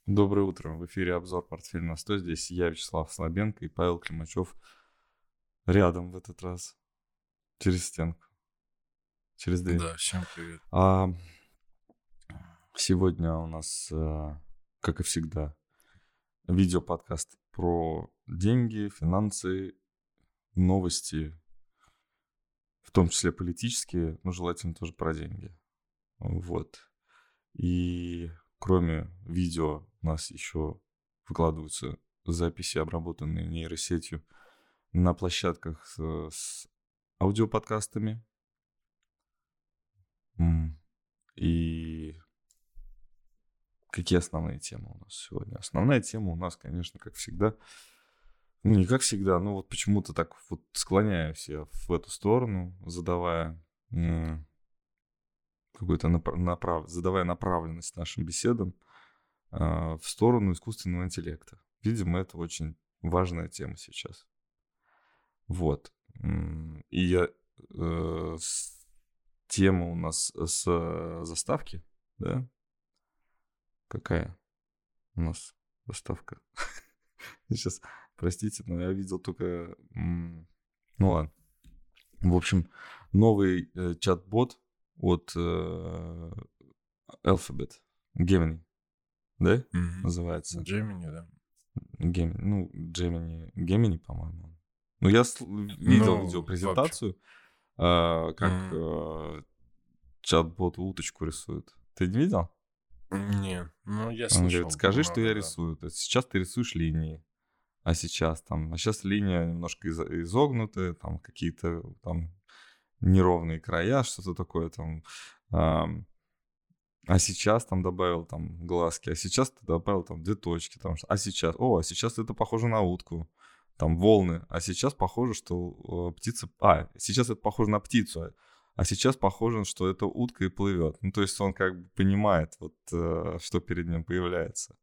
Доброе утро. В эфире обзор «Портфель на 100». Здесь я, Вячеслав Слабенко, и Павел Климачев рядом в этот раз, через стенку, через дверь. Да, всем привет. А сегодня у нас, как и всегда, видеоподкаст про деньги, финансы, новости, в том числе политические, но желательно тоже про деньги. Вот. И кроме видео у нас еще выкладываются записи, обработанные нейросетью на площадках с аудиоподкастами. И какие основные темы у нас сегодня? Основная тема у нас, конечно, как всегда, ну не как всегда, но вот почему-то так вот склоняюсь я в эту сторону, задавая задавая направленность нашим беседам в сторону искусственного интеллекта. Видимо, это очень важная тема сейчас. Вот. И тема у нас с заставки, да? Какая у нас заставка? Сейчас, простите, но я видел только... Ну ладно. В общем, новый чат-бот от Alphabet, Gemini, да? Называется. Gemini, да. Gemini, по-моему. Ну, я видел Ну, видеопрезентацию, как чат-бот уточку рисует. Ты не видел? Не, ну я Он говорит, слышал скажи, что много, я да. рисую. То есть сейчас ты рисуешь линии, а сейчас линия немножко изогнутая, там какие-то там неровные края, что-то такое там. А сейчас там добавил там глазки, а сейчас ты добавил там 2 точки, а сейчас это похоже на утку, там волны, а сейчас похоже, что сейчас это похоже на птицу, а сейчас похоже, что это утка и плывет. Ну, то есть он как бы понимает, вот, что перед ним появляется.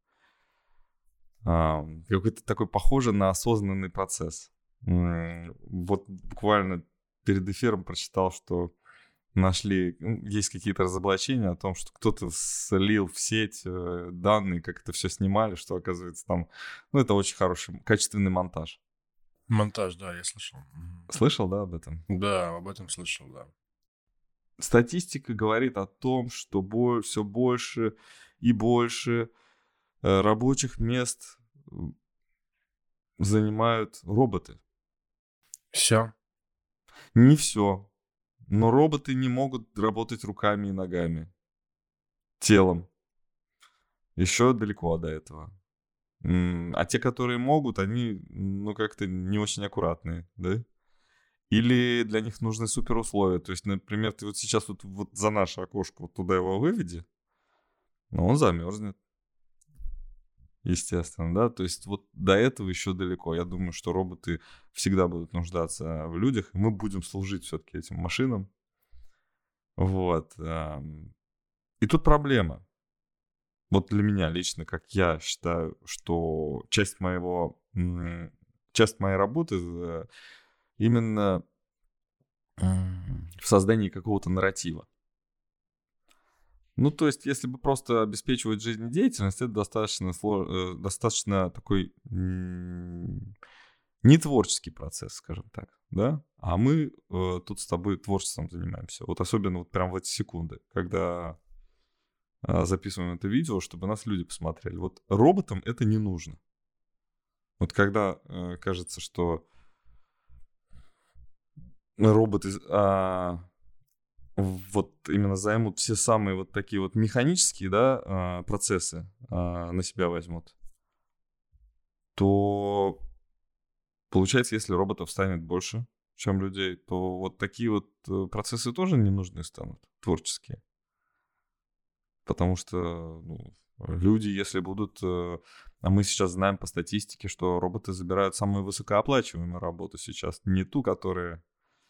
Какой-то такой похоже на осознанный процесс. Вот буквально перед эфиром прочитал, что есть какие-то разоблачения о том, что кто-то слил в сеть данные, как это все снимали, что оказывается там, это очень хороший, качественный монтаж. Монтаж, да, я слышал. Слышал, да, об этом? Да, об этом слышал, да. Статистика говорит о том, что все больше и больше рабочих мест занимают роботы. Все? Не все. Но роботы не могут работать руками и ногами, телом. Еще далеко до этого. А те, которые могут, они, как-то не очень аккуратные, да? Или для них нужны супер условия. То есть, например, ты вот сейчас вот за наше окошко вот туда его выведи, но он замерзнет, естественно, да? То есть вот до этого еще далеко. Я думаю, что роботы всегда будут нуждаться в людях, и мы будем служить все-таки этим машинам. Вот. И тут проблема. Вот для меня лично, как я считаю, что часть моей работы именно в создании какого-то нарратива. Ну, то есть, если бы просто обеспечивать жизнедеятельность, это достаточно такой не творческий процесс, скажем так, да? А мы тут с тобой творчеством занимаемся. Вот особенно вот прям в эти секунды, когда записываем это видео, чтобы нас люди посмотрели. Вот роботам это не нужно. Вот когда кажется, что роботы вот именно займут все самые вот такие вот механические, да, процессы на себя возьмут, то получается, если роботов станет больше, чем людей, то вот такие вот процессы тоже не нужны станут, творческие. Потому что люди, если будут... А мы сейчас знаем по статистике, что роботы забирают самую высокооплачиваемую работу сейчас. Не ту, которая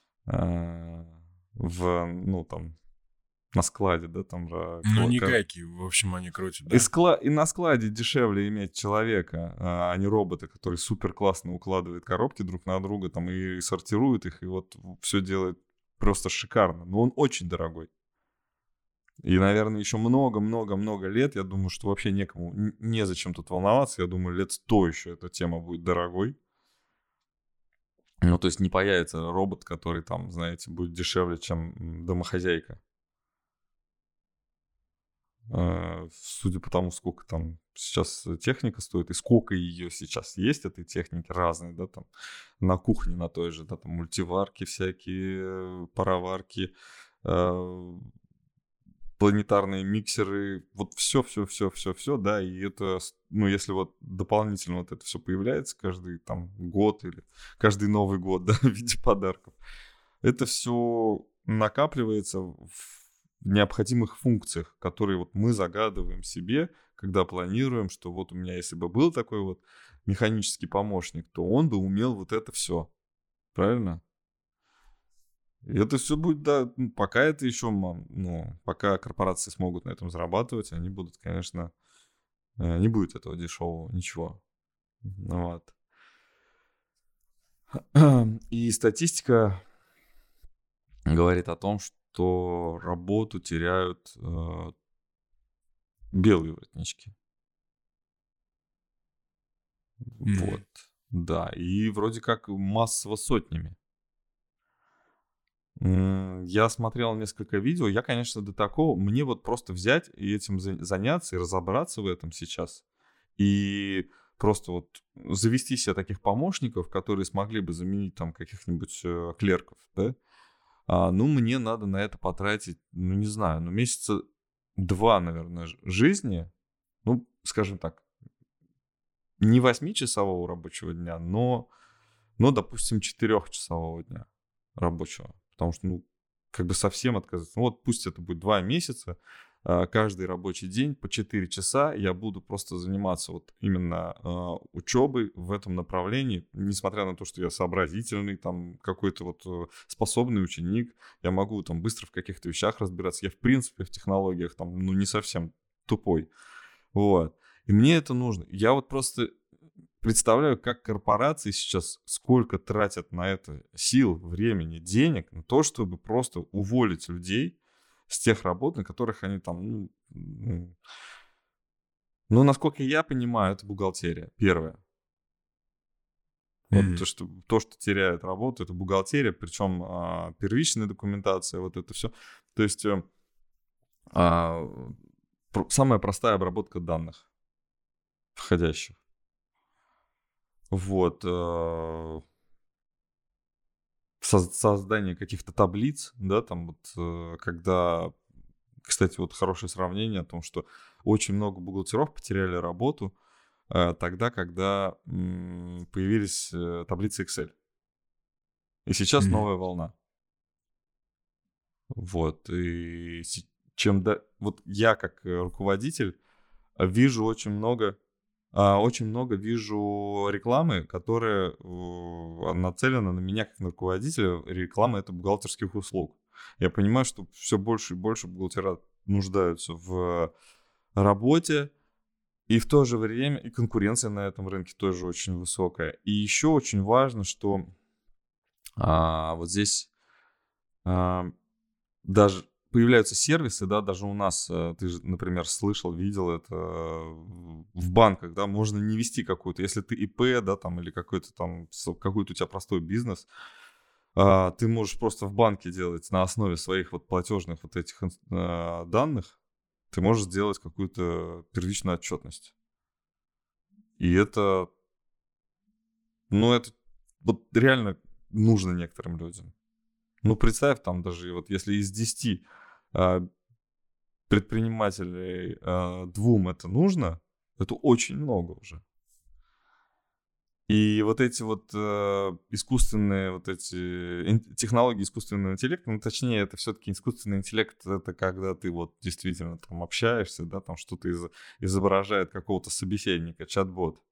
на складе, да, там... Ну, не гайки, в общем, они крутят, да? И на складе дешевле иметь человека, а не робота, который супер классно укладывает коробки друг на друга там и сортирует их, и вот все делает просто шикарно. Но он очень дорогой. И, наверное, еще много-много-много лет, я думаю, что вообще некому, незачем тут волноваться. Я думаю, лет 100 еще эта тема будет дорогой. Ну, то есть не появится робот, который там, знаете, будет дешевле, чем домохозяйка. Судя по тому, сколько там сейчас техника стоит, и сколько ее сейчас есть, этой техники разной, да, там, на кухне на той же, да, там, мультиварки всякие, пароварки, планетарные миксеры, вот все, да, и это, ну, если вот дополнительно вот это все появляется каждый там год или каждый Новый год, да, в виде подарков, это все накапливается в необходимых функциях, которые вот мы загадываем себе, когда планируем, что вот у меня, если бы был такой вот механический помощник, то он бы умел вот это все, правильно? И это все будет, да, пока это еще, ну, пока корпорации смогут на этом зарабатывать, они будут, конечно, не будет этого дешевого, ничего. Вот. И статистика говорит о том, что работу теряют белые воротнички. Вот, да, и вроде как массово сотнями. Я смотрел несколько видео. Я, конечно, до такого... Мне вот просто взять и этим заняться и разобраться в этом сейчас. И просто вот завести себе таких помощников, которые смогли бы заменить там каких-нибудь клерков, да? Ну, мне надо на это потратить, ну, не знаю, ну, месяца 2, наверное, жизни. Ну, скажем так, не 8-часового рабочего дня, но, допустим, 4-часового дня рабочего. Потому что, ну, как бы совсем отказаться. Ну, вот пусть это будет 2 месяца, каждый рабочий день по 4 часа я буду просто заниматься вот именно учебой в этом направлении, несмотря на то, что я сообразительный, там, какой-то вот способный ученик, я могу там быстро в каких-то вещах разбираться, я в принципе в технологиях там, ну, не совсем тупой, вот. И мне это нужно. Я вот просто представляю, как корпорации сейчас сколько тратят на это сил, времени, денег, на то, чтобы просто уволить людей с тех работ, на которых они там, ну, насколько я понимаю, это бухгалтерия, первое. Вот то, что теряет работу, это бухгалтерия, причем первичная документация, вот это все. То есть самая простая обработка данных входящих. Вот. Создание каких-то таблиц, да, там вот, когда, кстати, вот хорошее сравнение о том, что очень много бухгалтеров потеряли работу тогда, когда появились таблицы Excel. И сейчас новая волна. Вот. И вот я как руководитель вижу очень много вижу рекламы, которая нацелена на меня как на руководителя. Реклама — это бухгалтерских услуг. Я понимаю, что все больше и больше бухгалтера нуждаются в работе, и в то же время и конкуренция на этом рынке тоже очень высокая. И еще очень важно, что вот здесь даже появляются сервисы, да, даже у нас, ты же, например, слышал, видел это в банках, да, можно не вести какую-то, если ты ИП, да, там, или какой-то там, какой-то у тебя простой бизнес, ты можешь просто в банке делать на основе своих вот платежных вот этих данных, ты можешь сделать какую-то первичную отчетность. И это, ну, это вот реально нужно некоторым людям. Ну, представь, там даже вот если из 10 предпринимателей 2 это нужно, это очень много уже. И вот эти вот искусственные вот эти технологии искусственного интеллекта, ну, точнее, это все-таки искусственный интеллект, это когда ты вот действительно там общаешься, да, там что-то изображает какого-то собеседника, чат-бот.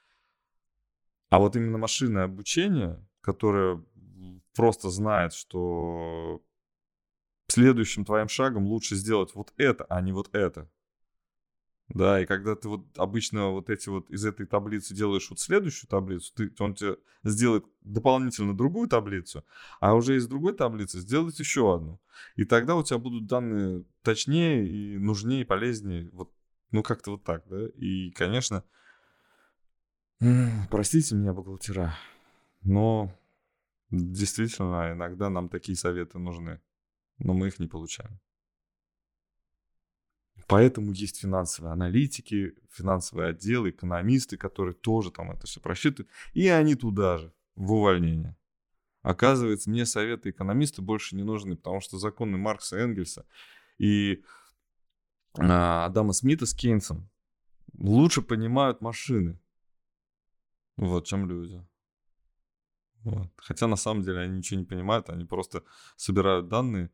А вот именно машинное обучение, которое просто знает, что следующим твоим шагом лучше сделать вот это, а не вот это. Да, и когда ты вот обычно вот эти вот из этой таблицы делаешь вот следующую таблицу, он тебе сделает дополнительно другую таблицу, а уже из другой таблицы сделает еще одну. И тогда у тебя будут данные точнее и нужнее, и полезнее. Вот, ну, как-то вот так, да. И, конечно, простите меня, бухгалтера, но действительно иногда нам такие советы нужны, но мы их не получаем. Поэтому есть финансовые аналитики, финансовые отделы, экономисты, которые тоже там это все просчитывают. И они туда же, в увольнение. Оказывается, мне советы экономиста больше не нужны, потому что законы Маркса, Энгельса и Адама Смита с Кейнсом лучше понимают машины, вот, чем люди. Вот. Хотя на самом деле они ничего не понимают, они просто собирают данные,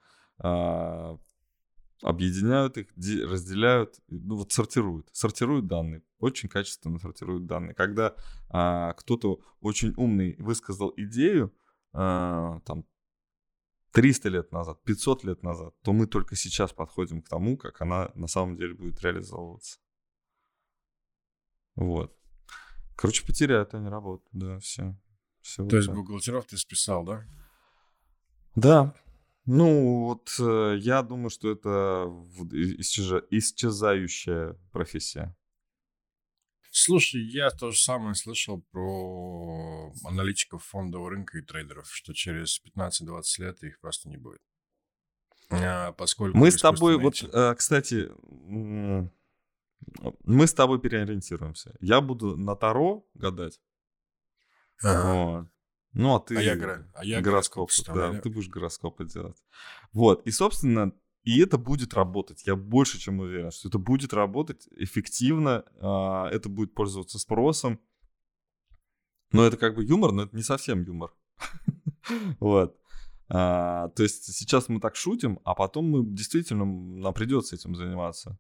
объединяют их, разделяют, ну вот сортируют данные, очень качественно сортируют данные. Когда кто-то очень умный высказал идею там 300 лет назад, 500 лет назад, то мы только сейчас подходим к тому, как она на самом деле будет реализовываться. Вот. Короче, потеряют они работу, да, все. То вот есть так. Бухгалтеров ты списал, да? Да. Ну, вот я думаю, что это исчезающая профессия. Слушай, я то же самое слышал про аналитиков фондового рынка и трейдеров, что через 15-20 лет их просто не будет. Поскольку мы с тобой, вот, кстати, мы с тобой переориентируемся. Я буду на Таро гадать. Вот. Ну, а ты я гороскоп, да, ты будешь гороскопы делать. Вот, и, собственно, и это будет работать. Я больше чем уверен, что это будет работать эффективно, это будет пользоваться спросом. Но это как бы юмор, но это не совсем юмор. Вот. То есть сейчас мы так шутим, а потом нам придется этим заниматься.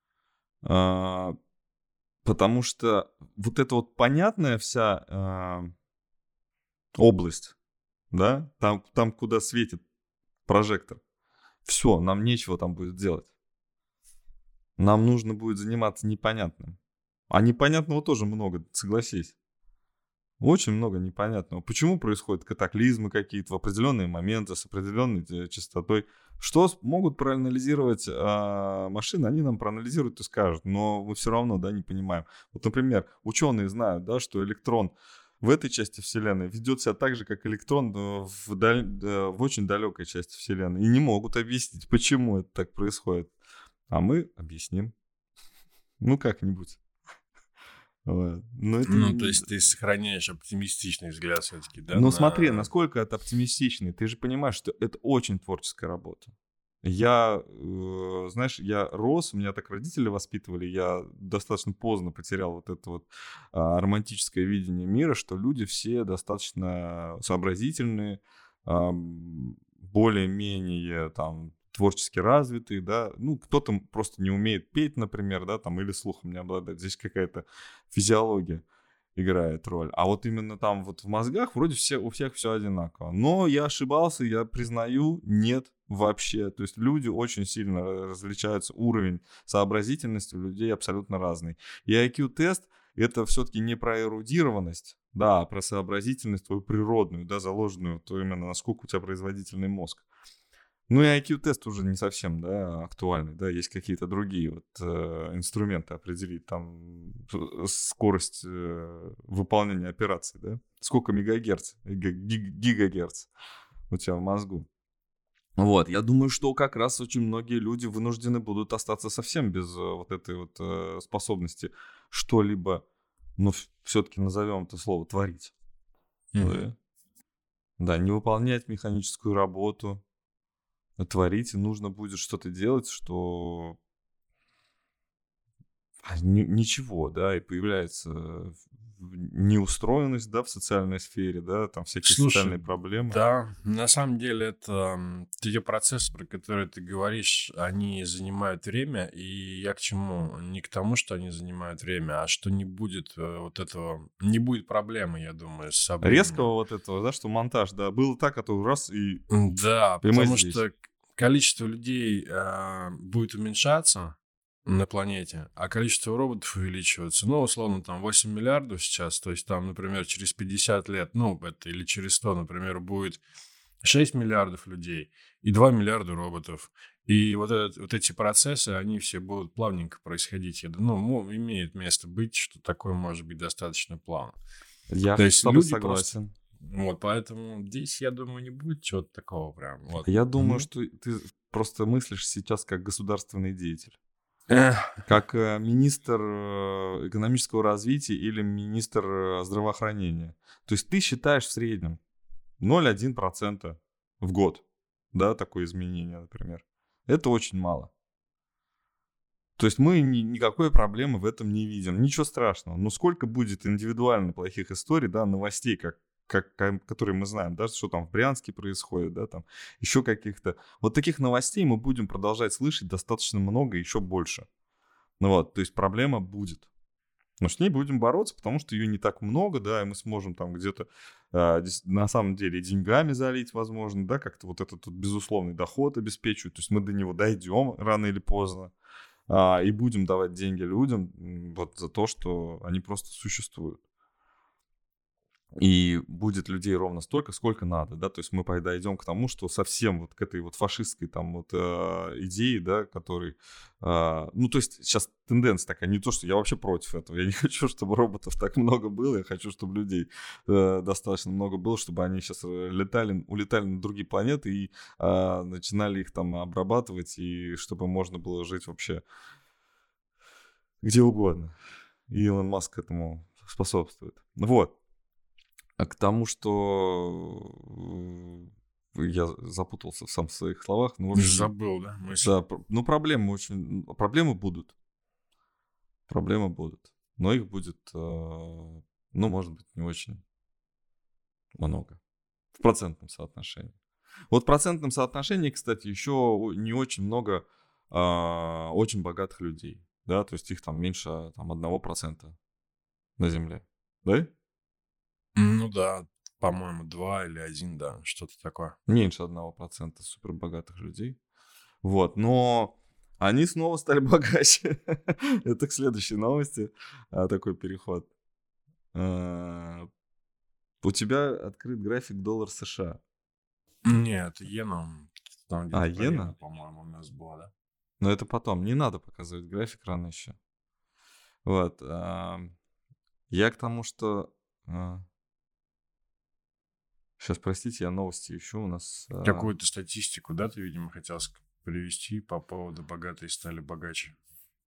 Потому что вот эта вот понятная вся область, да, там, куда светит прожектор, все, нам нечего там будет делать. Нам нужно будет заниматься непонятным. А непонятного тоже много, согласись. Очень много непонятного. Почему происходят катаклизмы какие-то в определенные моменты с определенной частотой? Что могут проанализировать машины, они нам проанализируют и скажут, но мы все равно, да, не понимаем. Вот, например, ученые знают, да, что электрон в этой части Вселенной ведет себя так же, как электрон в очень далекой части Вселенной. И не могут объяснить, почему это так происходит. А мы объясним. Ну, как-нибудь. Вот. То есть ты сохраняешь оптимистичный взгляд все-таки, да? Ну, смотри, насколько это оптимистичный. Ты же понимаешь, что это очень творческая работа. Я рос, меня так родители воспитывали, я достаточно поздно потерял вот это вот романтическое видение мира, что люди все достаточно сообразительные, более-менее там творчески развитые, да, ну, кто-то просто не умеет петь, например, да, там, или слухом не обладает, здесь какая-то физиология играет роль, а вот именно там вот в мозгах вроде у всех все одинаково, но я ошибался, я признаю, нет вообще, то есть люди очень сильно различаются, уровень сообразительности у людей абсолютно разный, и IQ-тест это все-таки не про эрудированность, да, а про сообразительность твою природную, да, заложенную, то именно насколько у тебя производительный мозг. Ну и IQ-тест уже не совсем, да, актуальный, да, есть какие-то другие вот инструменты определить, там скорость выполнения операций, да, сколько мегагерц, гигагерц у тебя в мозгу. Вот, я думаю, что как раз очень многие люди вынуждены будут остаться совсем без вот этой вот способности что-либо, ну, все-таки назовем это слово, творить. Да, не выполнять механическую работу, творить, и нужно будет что-то делать, что ничего, да, и появляется неустроенность, да, в социальной сфере, да, там всякие социальные проблемы. Да, на самом деле это те процессы, про которые ты говоришь, они занимают время, и я к чему? Не к тому, что они занимают время, а что не будет вот этого, не будет проблемы, я думаю, с собой. Резкого вот этого, да, что монтаж, да, было так, а то раз и... Да, потому что количество людей будет уменьшаться, на планете, а количество роботов увеличивается. Ну, условно, там 8 миллиардов сейчас, то есть там, например, через 50 лет, ну, это или через 100, например, будет 6 миллиардов людей и 2 миллиарда роботов. И вот эти процессы, они все будут плавненько происходить. Имеет место быть, что такое может быть достаточно плавно. Я То с есть тобой люди просто... согласен. Вот, поэтому здесь, я думаю, не будет чего-то такого прям. Вот. Я думаю, Мгм. что ты просто мыслишь сейчас как государственный деятель. Эх, Как министр экономического развития или министр здравоохранения. То есть ты считаешь в среднем 0,1% в год, да, такое изменение, например. Это очень мало. То есть мы никакой проблемы в этом не видим. Ничего страшного. Но сколько будет индивидуально плохих историй, да, новостей, которые мы знаем, да, что там в Брянске происходит, да, там еще каких-то. Вот таких новостей мы будем продолжать слышать достаточно много, еще больше. Ну вот, то есть проблема будет. Но с ней будем бороться, потому что ее не так много, да, и мы сможем там где-то на самом деле и деньгами залить, возможно, да, как-то вот этот безусловный доход обеспечивать. То есть мы до него дойдем рано или поздно. И будем давать деньги людям вот за то, что они просто существуют. И будет людей ровно столько, сколько надо, да, то есть мы подойдем к тому, что совсем вот к этой вот фашистской там вот идее, да, который, ну, то есть сейчас тенденция такая, не то, что я вообще против этого, я не хочу, чтобы роботов так много было, я хочу, чтобы людей достаточно много было, чтобы они сейчас улетали на другие планеты и начинали их там обрабатывать, и чтобы можно было жить вообще где угодно. И Илон Маск этому способствует. Вот. А к тому, что я запутался сам в своих словах. Ну, в общем, забыл, да, мысль. да, ну, проблемы будут. Проблемы будут. Но их будет, ну, может быть, не очень много. В процентном соотношении. Вот в процентном соотношении, кстати, еще не очень много очень богатых людей. Да, то есть их там меньше там, 1% на Земле. Да? Ну да, по-моему, 2 или 1, да, что-то такое. Меньше 1% супербогатых людей. Вот, но они снова стали богаче. Это к следующей новости. Такой переход. У тебя открыт график доллар США. Нет, иена, там где-то про иену, Иена? по-моему, у нас было, да? Но это потом. Не надо показывать график рано еще. Вот. Я к тому, что... Сейчас, простите, я новости ищу. У нас... Какую-то статистику, да, ты, видимо, хотел привести по поводу «богатые стали богаче».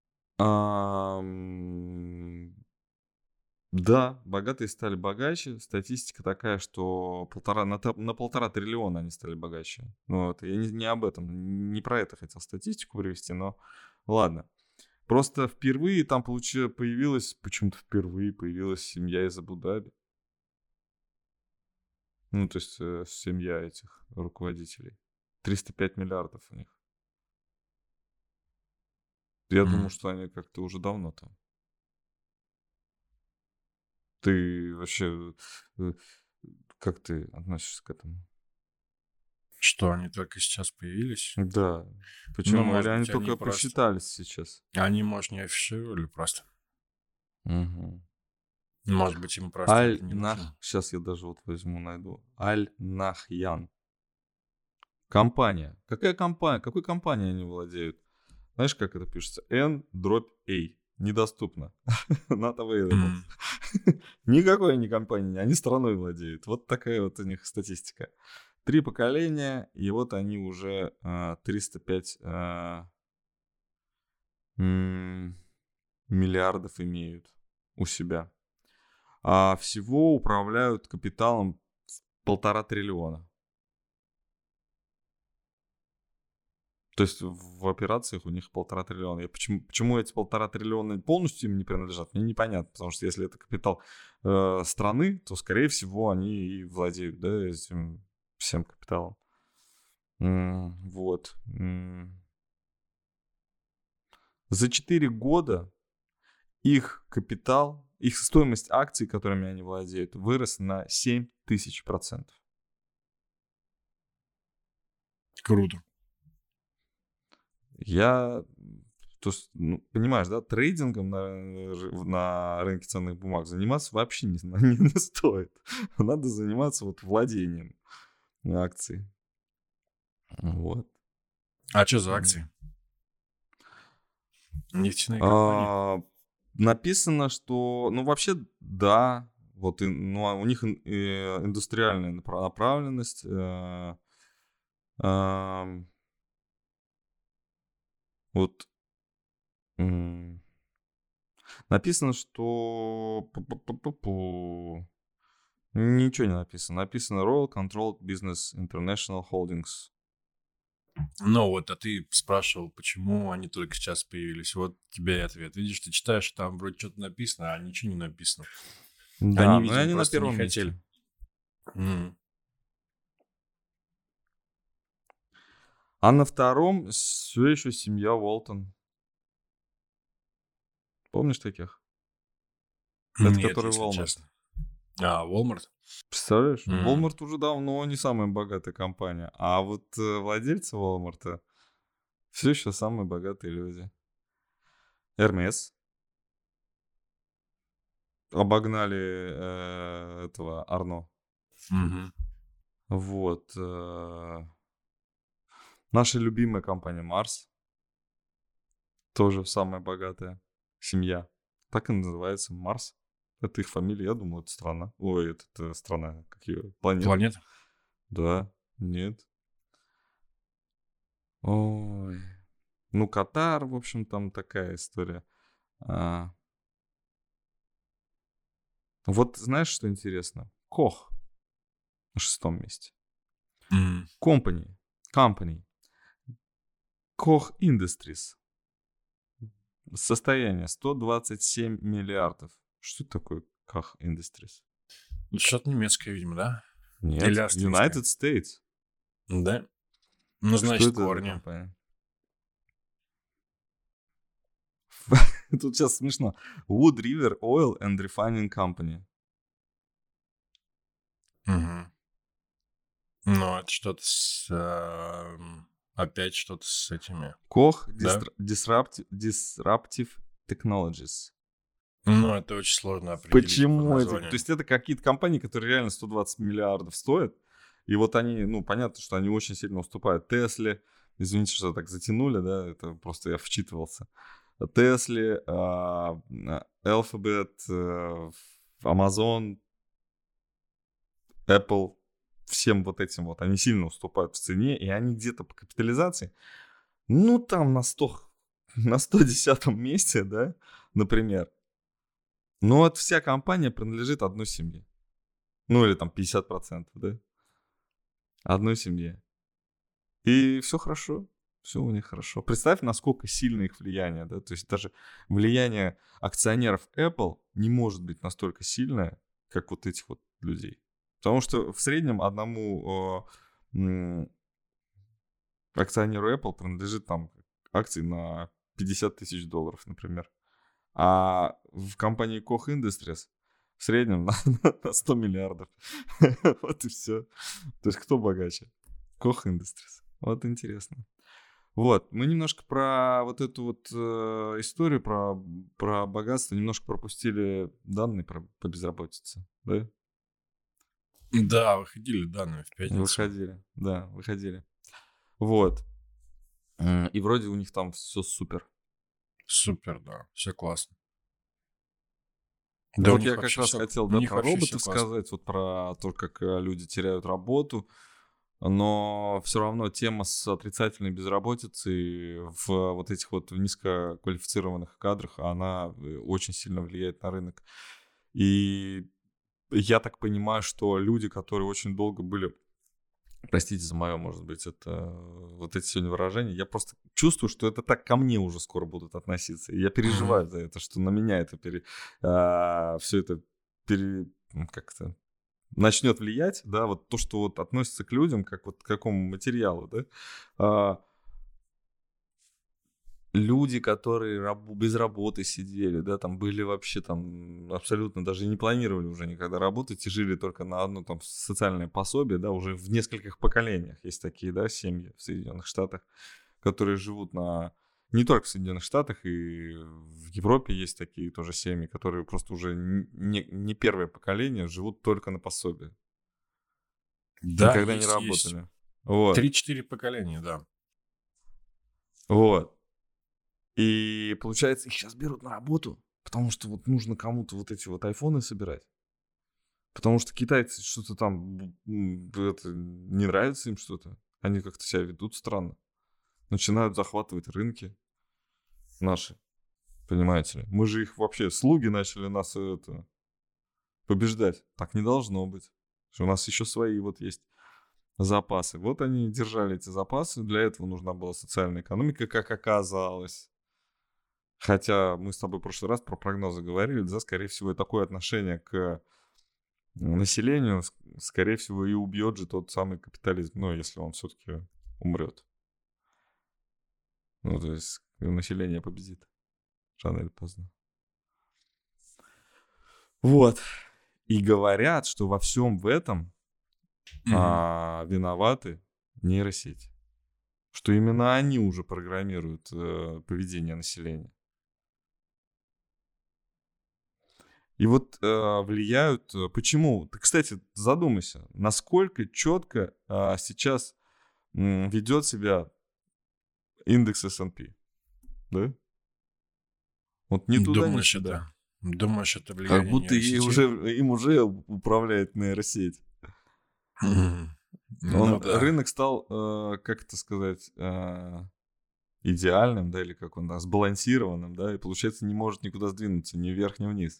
Да, богатые стали богаче. Статистика такая, что на 1,5 триллиона они стали богаче. Вот. Я не об этом, не про это хотел статистику привести, но ладно. Просто впервые там почему-то впервые появилась семья из Абу-Даби. Ну, то есть семья этих руководителей. 305 миллиардов у них. Я думал, что они как-то уже давно там. Ты вообще, как ты относишься к этому? Что, они только сейчас появились? Да. Ну, Почему? Или может они быть, они только просто... посчитались сейчас? Они, может, не афишировали просто. Угу. Может быть, им просто это не нужно. Сейчас я даже вот возьму, найду. Аль-Нахьян. Компания. Какая компания? Какой компанией они владеют? Знаешь, как это пишется? N-A. Недоступно. Not available. Никакой не компании, они страной владеют. Вот такая вот у них статистика. 3 поколения, и вот они уже 305 миллиардов имеют у себя. А всего управляют капиталом 1,5 триллиона. То есть в операциях у них 1,5 триллиона. Почему эти 1,5 триллиона полностью им не принадлежат, мне непонятно. Потому что если это капитал страны, то, скорее всего, они и владеют, да, этим всем капиталом. Вот. За 4 года их капитал, их стоимость акций, которыми они владеют, вырос на 7000%. Круто. Я То есть, ну, понимаешь, да, трейдингом на рынке ценных бумаг заниматься вообще не стоит. Надо заниматься вот владением акций. Вот. А что за акции? Нефтяные компании? А, Написано, что, ну, вообще, да, вот, у них индустриальная направленность. Ам, Вот м, написано, что ничего не написано. Написано Royal Controlled Business International Holdings. Ну вот, а ты спрашивал, почему они только сейчас появились. Вот тебе и ответ. Видишь, ты читаешь, там вроде что-то написано, а ничего не написано. Да, Они, но и видимо, они на просто не первом хотели. месте. А на втором все еще семья Уолтон. Помнишь таких? Это Нет, который если Walmart. честно. А, Walmart? Представляешь? Walmart уже давно не самая богатая компания. А вот владельцы Walmart все еще самые богатые люди. Hermes. Обогнали этого Арно. Мгм. Вот. Наша любимая компания Марс. Тоже самая богатая семья. Так и называется Марс. Это их фамилия, я думаю, это страна. Ой, это страна, как ее? Планета. Планета? Да, нет. Ой. Ну, Катар, в общем, там такая история. А, Вот знаешь, что интересно? Кох на 6-м месте. М. Company. Koch Industries. Состояние 127 миллиардов. Что такое Koch Industries? Что-то немецкое, видимо, да? Или Нет, австрийское? United States. Да? Ну, Что значит, это за корни. компания? Тут сейчас смешно. Wood River Oil and Refining Company. Мгм. Ну, это что-то опять что-то с этими, Koch да? Disruptive Technologies. Ну, это очень сложно определить по Почему это? То названию. есть это какие-то компании, которые реально 120 миллиардов стоят. И вот они, ну, понятно, что они очень сильно уступают Тесле. Извините, что так затянули, да, это просто я вчитывался. Тесле, Alphabet, Amazon, Apple, всем вот этим вот, они сильно уступают в цене, и они где-то по капитализации, ну, там на 110 месте, да, например. Но вот вся компания принадлежит одной семье. Ну, или там 50%, да, одной семье. И все хорошо, все у них хорошо. Представь, насколько сильно их влияние, да, то есть даже влияние акционеров Apple не может быть настолько сильное, как вот этих вот людей. Потому что в среднем одному акционеру Apple принадлежит там акции на 50 тысяч долларов, например. А в компании Koch Industries в среднем на 100 миллиардов. Вот и все. То есть кто богаче? Koch Industries. Вот интересно. Вот, мы немножко про вот эту вот историю, про богатство, немножко пропустили данные по безработице, да? Да, выходили данные в пятницу. Выходили, да, выходили. Вот. И вроде у них там все супер. Супер, да, все классно. Да, у Вот я них как вообще раз все, хотел, у да, них про вообще все роботов классно. сказать, вот про то, как люди теряют работу, но все равно тема с отрицательной безработицей в вот этих вот низкоквалифицированных кадрах, она очень сильно влияет на рынок. И я так понимаю, что люди, которые очень долго были, простите за мое, может быть, это вот эти сегодня выражения, я просто чувствую, что это так ко мне уже скоро будут относиться. И я Мгм. переживаю за это, что на меня это все это как-то начнет влиять, да, вот то, что вот относится к людям, как вот к какому материалу, да. А, Люди, которые без работы сидели, да, там были вообще там абсолютно даже не планировали уже никогда работать и жили только на одно там социальное пособие, да, уже в нескольких поколениях есть такие, да, семьи в Соединенных Штатах, которые живут на Не только в Соединенных Штатах, и в Европе есть такие тоже семьи, которые просто уже не первое поколение живут только на пособие. Да, Никогда не есть. работали. Вот. 3-4 поколения, да. Вот. И получается, их сейчас берут на работу, потому что вот нужно кому-то вот эти вот айфоны собирать. Потому что китайцы что-то там, это, не нравится им что-то. Они как-то себя ведут странно. Начинают захватывать рынки наши. Понимаете ли? Мы же их вообще, слуги начали нас побеждать. Так не должно быть. Что у нас еще свои вот есть запасы. Вот они держали эти запасы. Для этого нужна была социальная экономика, как оказалось. Хотя мы с тобой в прошлый раз про прогнозы говорили, да, скорее всего, и такое отношение к населению, скорее всего, и убьет же тот самый капитализм, ну, если он все-таки умрет. Ну, то есть население победит рано или поздно. Вот. И говорят, что во всем в этом виноваты нейросети. Что именно они уже программируют поведение населения. И вот влияют... Почему? Ты, кстати, задумайся, насколько четко сейчас ведет себя индекс S&P. Да? Вот ни туда, ни сюда. Думаешь, это Как влияние будто им уже управляет нейросеть. Рынок стал, как это сказать, идеальным, да, или как он, сбалансированным, да, и, получается, не может никуда сдвинуться, ни вверх, ни вниз.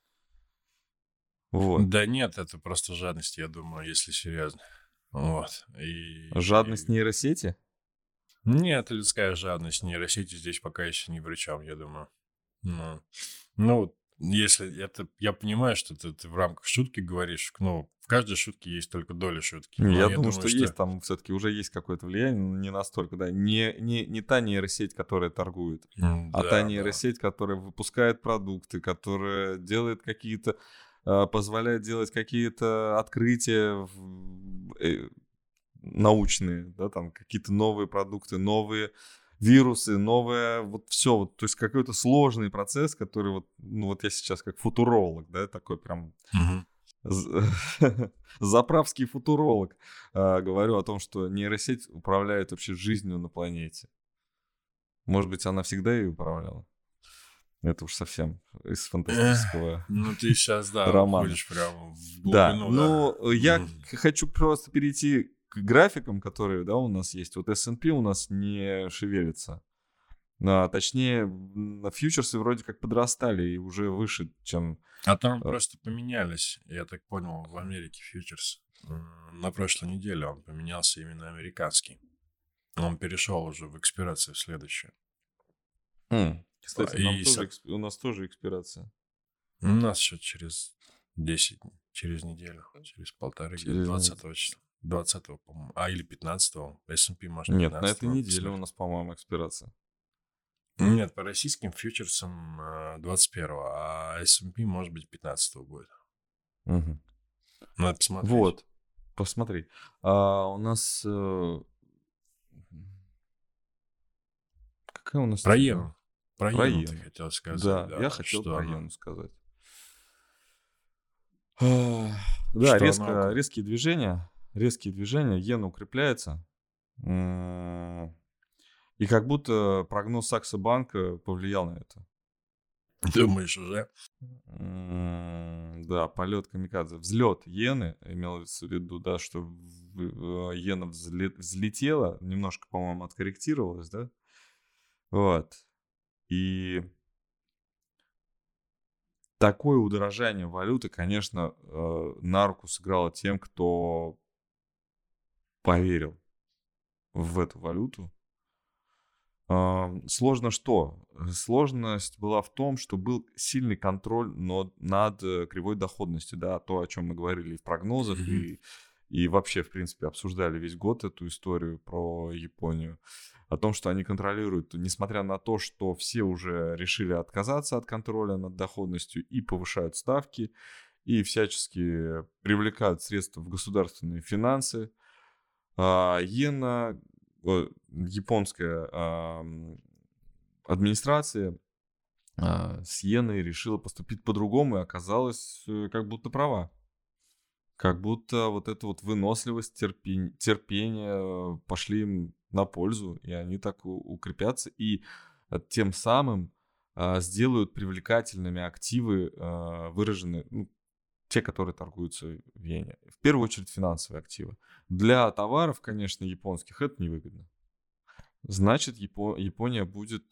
Вот. Да нет, это просто жадность, я думаю, если серьезно. Вот. Жадность нейросети? Нет, людская жадность. Нейросети здесь пока еще ни при чем, я думаю. Ну, если это... Я понимаю, что ты в рамках шутки говоришь, но в каждой шутке есть только доля шутки. Я думаю, что есть, там все-таки уже есть какое-то влияние, но не настолько, да. Не та нейросеть, которая торгует, а та нейросеть, которая выпускает продукты, которая делает какие-то... позволяет делать какие-то открытия научные, да, там какие-то новые продукты, новые вирусы, новое, вот все, вот, то есть какой-то сложный процесс, который вот, ну вот я сейчас как футуролог, да, такой прям заправский футуролог, говорю о том, что нейросеть управляет вообще жизнью на планете. Может быть, она всегда ее управляла? Это уж совсем из фантастического ну, ты сейчас, да, романа. уходишь прямо в глубину. Да, ну, я хочу просто перейти к графикам, которые, да, у нас есть. Вот S&P у нас не шевелится. Точнее, фьючерсы вроде как подрастали и уже выше, чем... А там просто поменялись, я так понял, в Америке фьючерс. На прошлой неделе он поменялся именно американский. Он перешел уже в экспирацию следующую. Кстати, у нас тоже экспирация. У нас еще через 10 дней, через неделю, через полторы, где-то 20 числа. 20-го, по-моему, или 15-го. S&P, может, 15-го. Нет, на этой неделе у нас, по-моему, экспирация. Нет, по российским фьючерсам 21-го, а S&P, может быть, 15-го будет. Угу. Надо посмотреть. Вот, посмотри. У нас... Какая у нас... Про иену. Про иену ты хотел сказать. Да, я хотел про иену сказать. Да, резкие движения, иена укрепляется. И как будто прогноз Сакса Банка повлиял на это. Думаешь уже? Да, полет камикадзе. Взлет иены, имелось в виду, да, что иена взлетела, немножко, по-моему, откорректировалась, да? Вот. И такое удорожание валюты, конечно, на руку сыграло тем, кто поверил в эту валюту. Сложно что? Сложность была в том, что был сильный контроль над кривой доходностью, да, то, о чем мы говорили в прогнозах, и вообще, в принципе, обсуждали весь год эту историю про Японию, о том, что они контролируют, несмотря на то, что все уже решили отказаться от контроля над доходностью и повышают ставки, и всячески привлекают средства в государственные финансы. Иена, японская администрация с иеной решила поступить по-другому и оказалась как будто права. Как будто вот эта вот выносливость, терпение пошли им на пользу, и они так укрепятся, и тем самым сделают привлекательными активы, выраженные, ну, те, которые торгуются в иене. В первую очередь финансовые активы. Для товаров, конечно, японских это невыгодно. Значит, Япония будет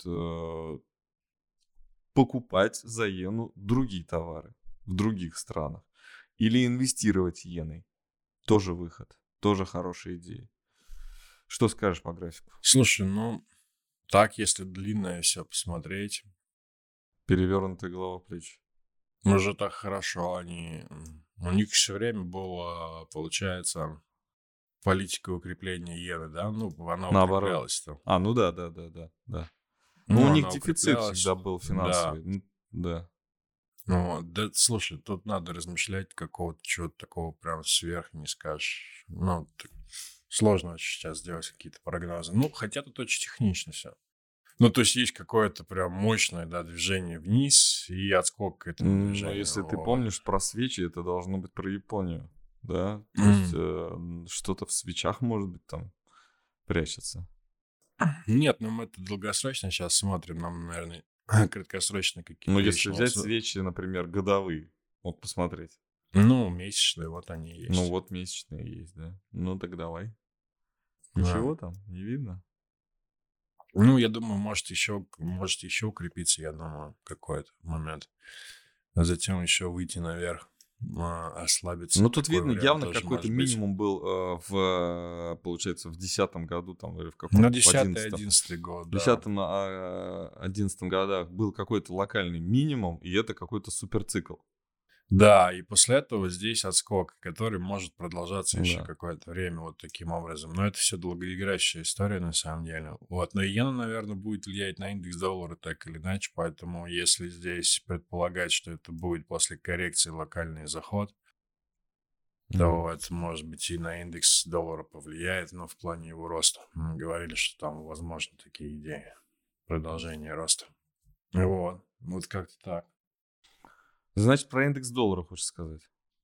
покупать за иену другие товары в других странах. Или инвестировать иеной. Тоже выход. Тоже хорошая идея. Что скажешь по графику? Слушай, ну, так, если длинное все посмотреть, Перевернутая голова плеч. уже так хорошо. У них все время было, получается, политика укрепления иены, да? Ну, она Наоборот. укреплялась-то. Ну да. Ну, Ну, у них она дефицит укреплялась, всегда был да. финансовый. Да. Ну, да, слушай, тут надо размышлять, какого-то чего-то такого прям сверх не скажешь. Ну, сложно очень сейчас сделать какие-то прогнозы. Ну, хотя тут очень технично все. Ну, то есть есть какое-то прям мощное, да, движение вниз и отскок к этому Но движению. если ты Вот. помнишь про свечи, это должно быть про Японию. Да? То есть что-то в свечах, может быть, там прячется. Нет, ну мы-то долгосрочно сейчас смотрим, нам, наверное, краткосрочно какие-то Но вещи если не взять осо- свечи, например, годовые, вот посмотреть. Ну, месячные, вот они и Ну есть. вот месячные есть, да. Ну так давай. Да. Ничего там не видно. Ну, я думаю, может еще укрепиться, я думаю, какой-то момент. А затем еще выйти наверх, ослабиться. Ну тут Такой видно, вариант явно тоже какой-то может быть. минимум был получается, в 2010 году там или в Ну, каком-то, в 10-й, 11-м. 11-й год, В да. 10-м, 11 годах был какой-то локальный минимум, и это какой-то суперцикл. Да, и после этого здесь отскок, который может продолжаться еще Да. какое-то время вот таким образом. Но это все долгоиграющая история на самом деле. Вот. Но иена, наверное, будет влиять на индекс доллара так или иначе, поэтому если здесь предполагать, что это будет после коррекции локальный заход, то это, может быть, и на индекс доллара повлияет, но в плане его роста. Мы говорили, что там возможны такие идеи продолжения роста. Вот как-то так. Значит, про индекс доллара хочешь сказать?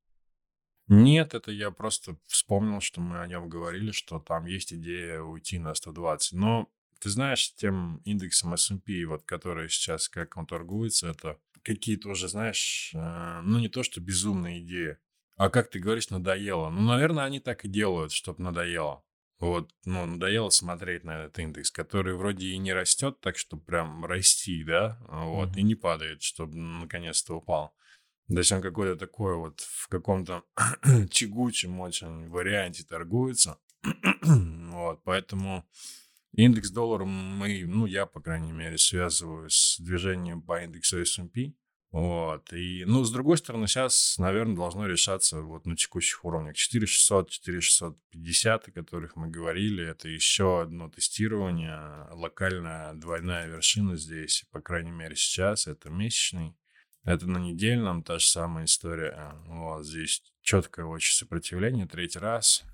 Нет, это я просто вспомнил, что мы о нем говорили, что там есть идея уйти на 120. Но ты знаешь, тем индексом S&P, вот, который сейчас, как он торгуется, это какие-то уже, знаешь, ну не то, что безумные идеи, а как ты говоришь, надоело. Ну, наверное, они так и делают, чтобы надоело. Вот, ну, надоело смотреть на этот индекс, который вроде и не растет, так что прям расти, да, вот, и не падает, чтобы наконец-то упал. То есть он какой-то такой вот в каком-то тягучем очень варианте торгуется. Вот, поэтому индекс доллара я, по крайней мере, связываю с движением по индексу S&P. Вот, и, ну, с другой стороны, сейчас, наверное, должно решаться вот на текущих уровнях 4600, 4650, о которых мы говорили. Это еще одно тестирование, локальная двойная вершина здесь, по крайней мере, сейчас, это месячный. Это на недельном та же самая история. Вот здесь четкое очень сопротивление, третий раз.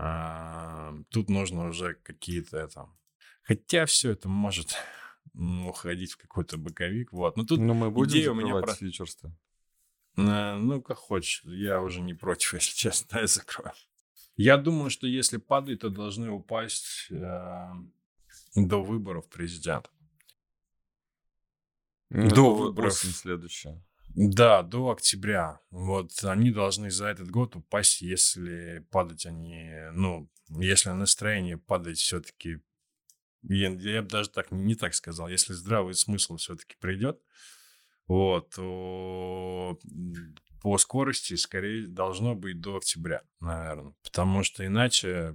Тут нужно уже какие-то Хотя все это может уходить в какой-то боковик. Вот. Но тут Ну, мы будем идея у меня закрывать фьючерсы. Ну, как хочешь. Я уже не против, если честно, я закрою. Я думаю, что если падает, то должны упасть до выборов президента. До выборов. Осень следующая. Да, до октября. Вот они должны за этот год упасть, если падать они, если настроение падает все-таки, я бы даже так не так сказал, если здравый смысл все-таки придет, вот, то по скорости скорее должно быть до октября, наверное, потому что иначе,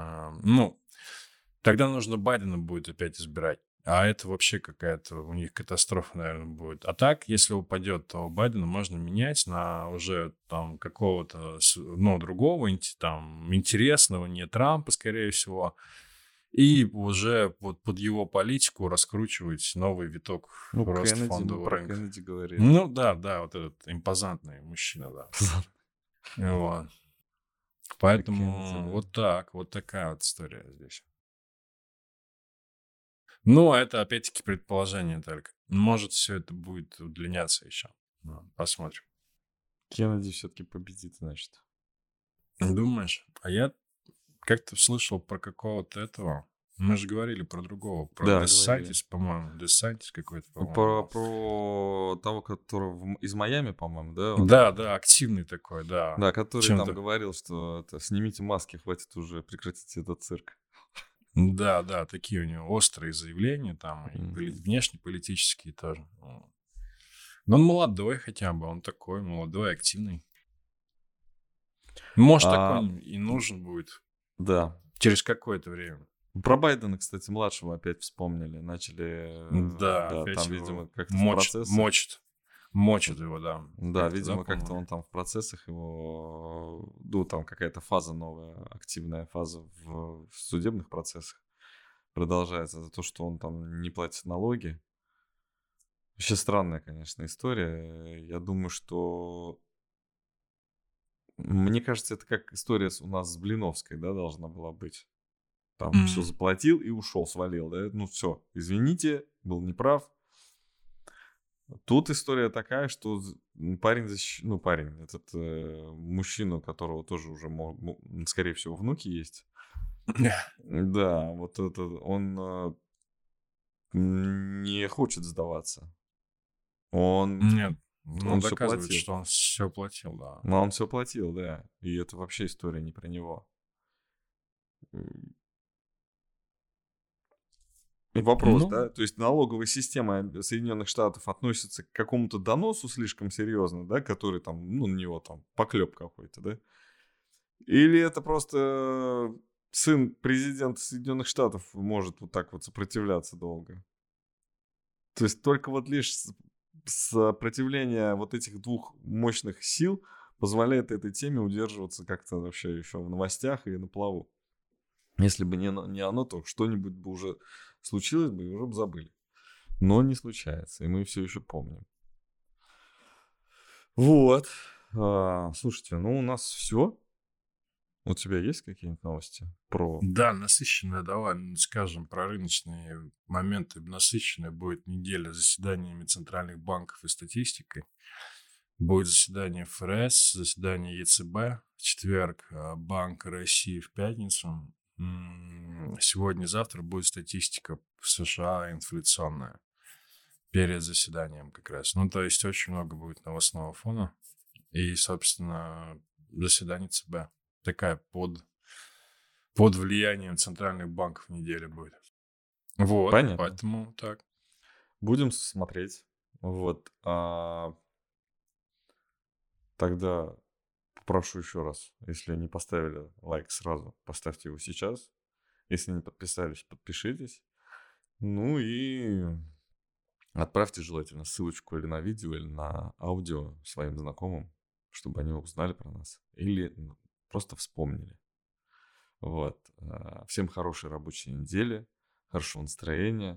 тогда нужно Байдена будет опять избирать. А это вообще какая-то у них катастрофа, наверное, будет. А так, если упадет, то Байдена можно менять на уже там какого-то, другого, там, интересного, не Трампа, скорее всего. И уже вот под его политику раскручивать новый виток роста Кеннеди, фондового про рынка. Кеннеди говорили. Ну да, вот этот импозантный мужчина, да. Вот. Поэтому Кеннеди, да. вот так, вот такая вот история здесь. Ну, это опять-таки предположение только. Может, все это будет удлиняться еще. Посмотрим. Кеннеди все-таки победит, значит. Думаешь? А я как-то слышал про какого-то этого. Мы же говорили про другого, про Да, говорили. Десантис, по-моему. Десантис какой-то, по-моему, Про, был. про того, который из Майами, по-моему, да? Да, да, активный такой, да. Да, который там Чем-то. говорил, что это, снимите маски, хватит уже, прекратите этот цирк. Да, да, такие у него острые заявления там, и Мгм. внешнеполитические тоже. Но он молодой хотя бы, он такой молодой, активный. Может, такой А, и нужен будет да. через какое-то время. Про Байдена, кстати, младшего опять вспомнили. Начали, Да, да, опять там, видимо, его как-то в процессах. мочит его, да. Да, Как-то, да, видимо, как-то по-моему? он там в процессах его, ну, там какая-то фаза новая, активная фаза в судебных процессах продолжается за то, что он там не платит налоги. Вообще странная, конечно, история. Я думаю, что... Мне кажется, это как история у нас с Блиновской, да, должна была быть. Там все М. заплатил и ушел, свалил, да? Ну все, извините, был неправ. Тут история такая, что парень, ну парень, этот мужчина, у которого тоже уже, скорее всего, внуки есть. Да, вот это, он не хочет сдаваться. Он, Нет, ну, он все доказывает, платил. что он все платил, да. Но он все платил, да. И это вообще история не про него. И вопрос, Ну, да, то есть налоговая система Соединенных Штатов относится к какому-то доносу слишком серьезно, да, который там, ну, на него там поклеп какой-то, да? Или это просто сын президента Соединенных Штатов может вот так вот сопротивляться долго? То есть только вот лишь сопротивление вот этих двух мощных сил позволяет этой теме удерживаться как-то вообще еще в новостях и на плаву. Если бы не оно, то что-нибудь бы уже случилось бы и уже бы забыли. Но не случается, и мы все еще помним. Вот. Слушайте, ну у нас все. У тебя есть какие-нибудь новости про... да, насыщенная, давай скажем про рыночные моменты. Насыщенная будет неделя заседаниями центральных банков и статистикой. Будет заседание ФРС, заседание ЕЦБ в четверг, Банк России в пятницу. Сегодня-завтра будет статистика в США инфляционная перед заседанием как раз. Ну, то есть очень много будет новостного фона. И, собственно, заседание ЦБ. Такая под влиянием центральных банков неделя будет. Вот, Понятно. поэтому так. Будем смотреть. Вот. Тогда попрошу еще раз, если не поставили лайк сразу, поставьте его сейчас. Если не подписались, подпишитесь. Ну и отправьте желательно ссылочку или на видео, или на аудио своим знакомым, чтобы они узнали про нас. Или просто вспомнили. Вот. Всем хорошей рабочей недели, хорошего настроения,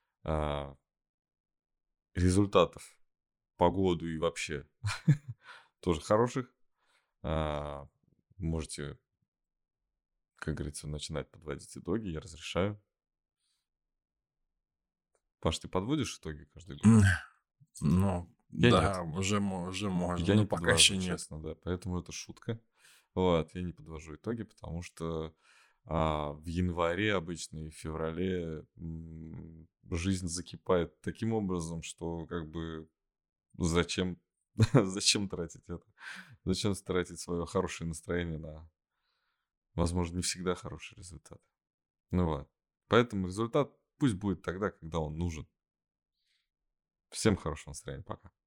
результатов, погоду и вообще тоже хороших. Можете, как говорится, начинать подводить итоги, я разрешаю. Паш, ты подводишь итоги каждый год? Ну, Я нет. да, уже можно, Я но не пока еще подвожу, нет. честно, да. Поэтому это шутка. Вот, я не подвожу итоги, потому что в январе обычно и в феврале жизнь закипает таким образом, что как бы зачем, зачем тратить это? Зачем тратить свое хорошее настроение на, возможно, не всегда хороший результат? Ну вот. Поэтому результат пусть будет тогда, когда он нужен. Всем хорошего настроения. Пока.